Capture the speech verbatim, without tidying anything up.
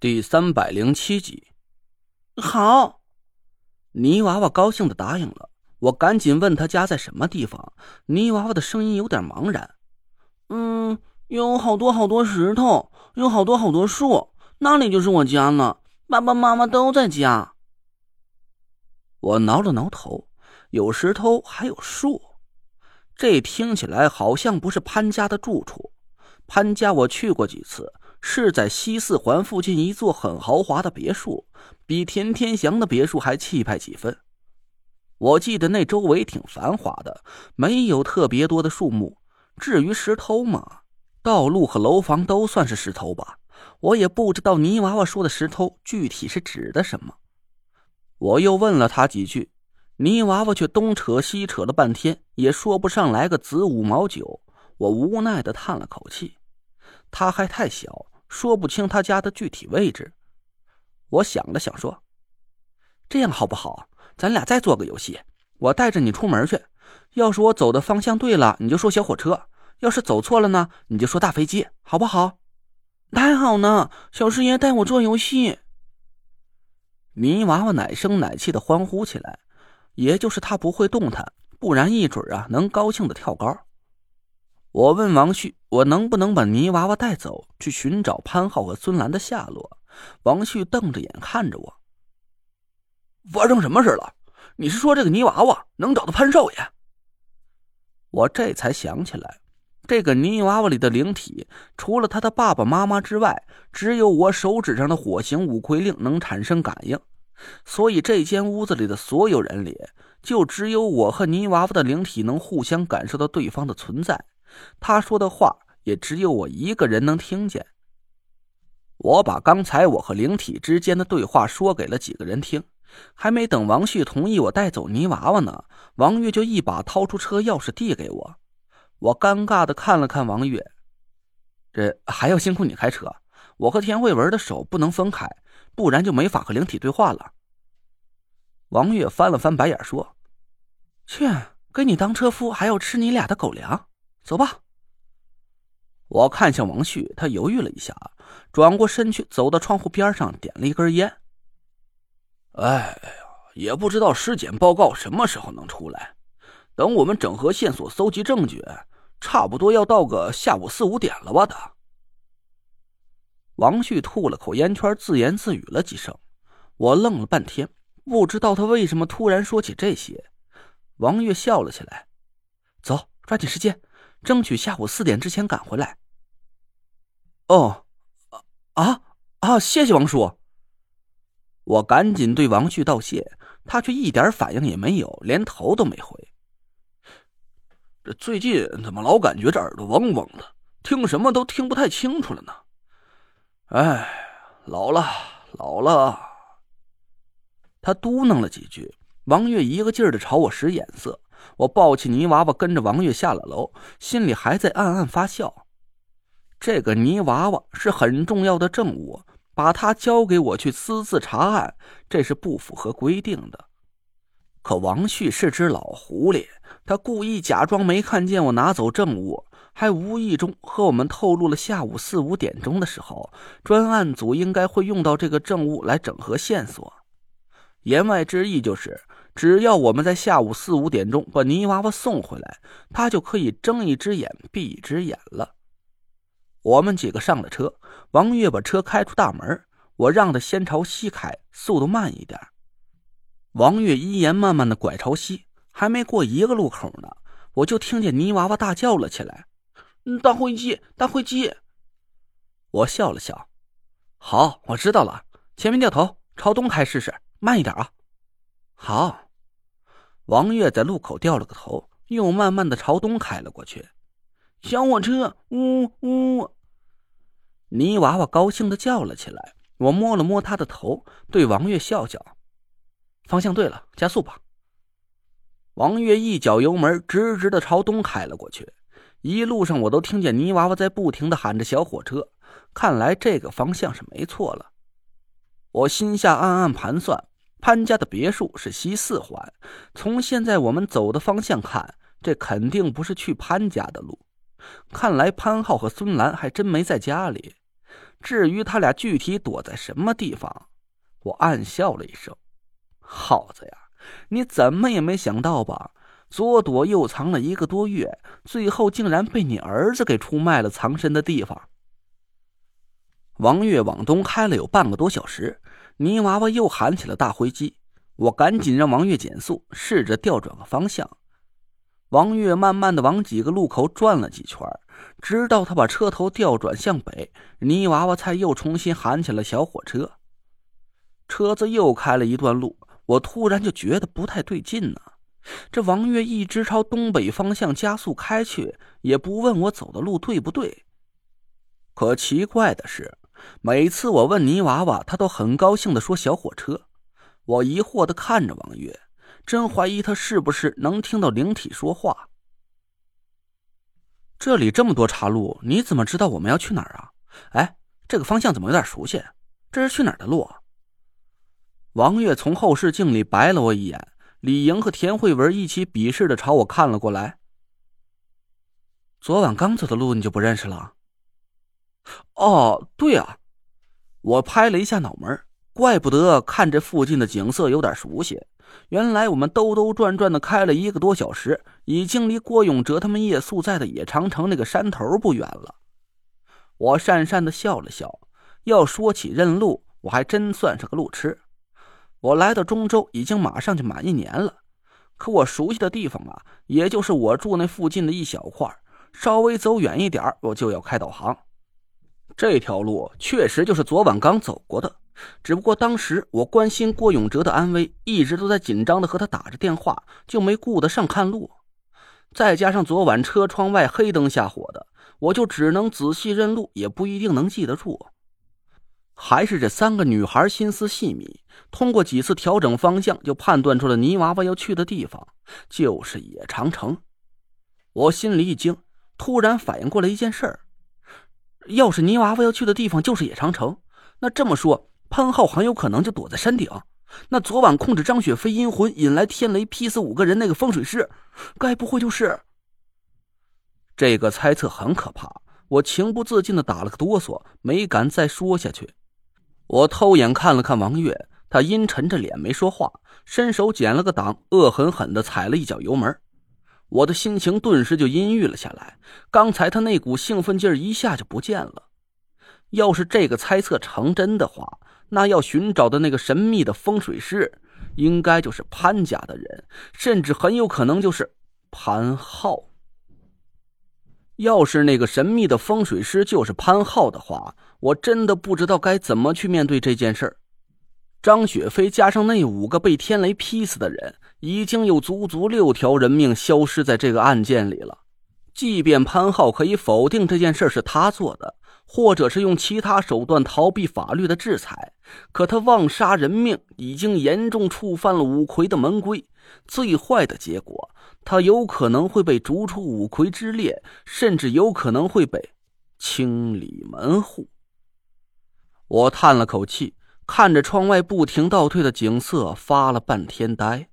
第三百零七集。 好， 泥娃娃高兴地答应了。我赶紧问他家在什么地方，泥娃娃的声音有点茫然。 嗯，有好多好多石头，有好多好多树，那里就是我家了，爸爸妈妈都在家。 我挠了挠头，有石头还有树，这听起来好像不是潘家的住处。潘家我去过几次，是在西四环附近一座很豪华的别墅，比田天祥的别墅还气派几分。我记得那周围挺繁华的，没有特别多的树木。至于石头嘛，道路和楼房都算是石头吧，我也不知道泥娃娃说的石头具体是指的什么。我又问了他几句，泥娃娃却东扯西扯了半天，也说不上来个子午卯九。我无奈地叹了口气，他还太小，说不清他家的具体位置。我想了想说，这样好不好，咱俩再做个游戏，我带着你出门去，要是我走的方向对了，你就说小火车，要是走错了呢，你就说大飞机，好不好？ 太好了，小师爷带我做游戏。 泥娃娃奶声奶气地欢呼起来，也就是他不会动弹，不然一准啊能高兴地跳高。我问王旭，我能不能把泥娃娃带走，去寻找潘浩和孙兰的下落？王旭瞪着眼看着我， 发生什么事了？你是说这个泥娃娃能找到潘少爷？ 我这才想起来，这个泥娃娃里的灵体，除了他的爸爸妈妈之外，只有我手指上的火形五魁令能产生感应，所以这间屋子里的所有人里，就只有我和泥娃娃的灵体能互相感受到对方的存在。他说的话也只有我一个人能听见。我把刚才我和灵体之间的对话说给了几个人听，还没等王旭同意我带走泥娃娃呢，王月就一把掏出车钥匙递给我。我尴尬地看了看王月，这还要辛苦你开车，我和田慧文的手不能分开，不然就没法和灵体对话了。王月翻了翻白眼说，切，给你当车夫还要吃你俩的狗粮，走吧。我看向王旭，他犹豫了一下，转过身去，走到窗户边上，点了一根烟。 哎呀，也不知道尸检报告什么时候能出来，等我们整合线索搜集证据，差不多要到个下午四五点了吧的。 王旭吐了口烟圈，自言自语了几声。我愣了半天，不知道他为什么突然说起这些。王月笑了起来，走，抓紧时间，争取下午四点之前赶回来。哦，啊啊，谢谢王叔。我赶紧对王旭道谢，他却一点反应也没有，连头都没回。 这最近怎么老感觉这耳朵嗡嗡的，听什么都听不太清楚了呢？哎，老了老了。 他嘟囔了几句，王月一个劲儿地朝我使眼色。我抱起泥娃娃跟着王月下了楼，心里还在暗暗发笑。这个泥娃娃是很重要的证物，把它交给我去私自查案，这是不符合规定的。可王旭是只老狐狸，他故意假装没看见我拿走证物，还无意中和我们透露了下午四五点钟的时候，专案组应该会用到这个证物来整合线索。言外之意就是，只要我们在下午四五点钟把泥娃娃送回来，他就可以睁一只眼闭一只眼了。我们几个上了车，王月把车开出大门，我让他先朝西开，速度慢一点。王月一言慢慢的拐朝西，还没过一个路口呢，我就听见泥娃娃大叫了起来， 大灰鸡，大灰鸡。 我笑了笑，好，我知道了，前面掉头，朝东开试试，慢一点啊。好。王月在路口掉了个头，又慢慢的朝东开了过去。 小火车，呜呜。 泥娃娃高兴的叫了起来，我摸了摸他的头，对王月笑笑，方向对了，加速吧。王月一脚油门，直直的朝东开了过去。一路上我都听见泥娃娃在不停的喊着小火车，看来这个方向是没错了。我心下暗暗盘算，潘家的别墅是西四环，从现在我们走的方向看，这肯定不是去潘家的路。看来潘浩和孙兰还真没在家里， 至于他俩具体躲在什么地方，我暗笑了一声。耗子呀，你怎么也没想到吧？左躲右藏了一个多月，最后竟然被你儿子给出卖了藏身的地方。王月往东开了有半个多小时，泥娃娃又喊起了大灰机。我赶紧让王月减速，试着调转个方向。王月慢慢的往几个路口转了几圈，直到他把车头调转向北，泥娃娃才又重新喊起了小火车。车子又开了一段路，我突然就觉得不太对劲呢。这王月一直朝东北方向加速开去，也不问我走的路对不对。可奇怪的是，每次我问泥娃娃，他都很高兴地说小火车。我疑惑地看着王月，真怀疑他是不是能听到灵体说话。这里这么多岔路，你怎么知道我们要去哪儿啊？哎，这个方向怎么有点熟悉？这是去哪儿的路啊？王月从后视镜里白了我一眼，李莹和田慧文一起鄙视地朝我看了过来。昨晚刚走的路你就不认识了？哦，对啊。我拍了一下脑门，怪不得看这附近的景色有点熟悉，原来我们兜兜转转的开了一个多小时，已经离郭永哲他们夜宿在的野长城那个山头不远了。我讪讪的笑了笑，要说起认路，我还真算是个路痴。我来到中州已经马上就满一年了，可我熟悉的地方啊，也就是我住那附近的一小块，稍微走远一点我就要开导航。这条路确实就是昨晚刚走过的，只不过当时我关心郭永哲的安危，一直都在紧张的和他打着电话，就没顾得上看路。再加上昨晚车窗外黑灯瞎火的，我就只能仔细认路，也不一定能记得住。还是这三个女孩心思细密，通过几次调整方向就判断出了泥娃娃要去的地方，就是野长城。我心里一惊，突然反应过来一件事儿。要是泥娃娃要去的地方就是野长城，那这么说潘浩很有可能就躲在山顶。那昨晚控制张雪飞阴魂引来天雷劈死五个人那个风水师，该不会就是……这个猜测很可怕，我情不自禁地打了个哆嗦，没敢再说下去。我偷眼看了看王月，他阴沉着脸没说话，伸手捡了个档，恶狠狠地踩了一脚油门。我的心情顿时就阴郁了下来，刚才他那股兴奋劲儿一下就不见了。要是这个猜测成真的话，那要寻找的那个神秘的风水师应该就是潘家的人，甚至很有可能就是潘浩。要是那个神秘的风水师就是潘浩的话，我真的不知道该怎么去面对这件事儿。张雪飞加上那五个被天雷劈死的人，已经有足足六条人命消失在这个案件里了。即便潘浩可以否定这件事是他做的，或者是用其他手段逃避法律的制裁，可他妄杀人命已经严重触犯了五魁的门规，最坏的结果，他有可能会被逐出五魁之列，甚至有可能会被清理门户。我叹了口气，看着窗外不停倒退的景色，发了半天呆。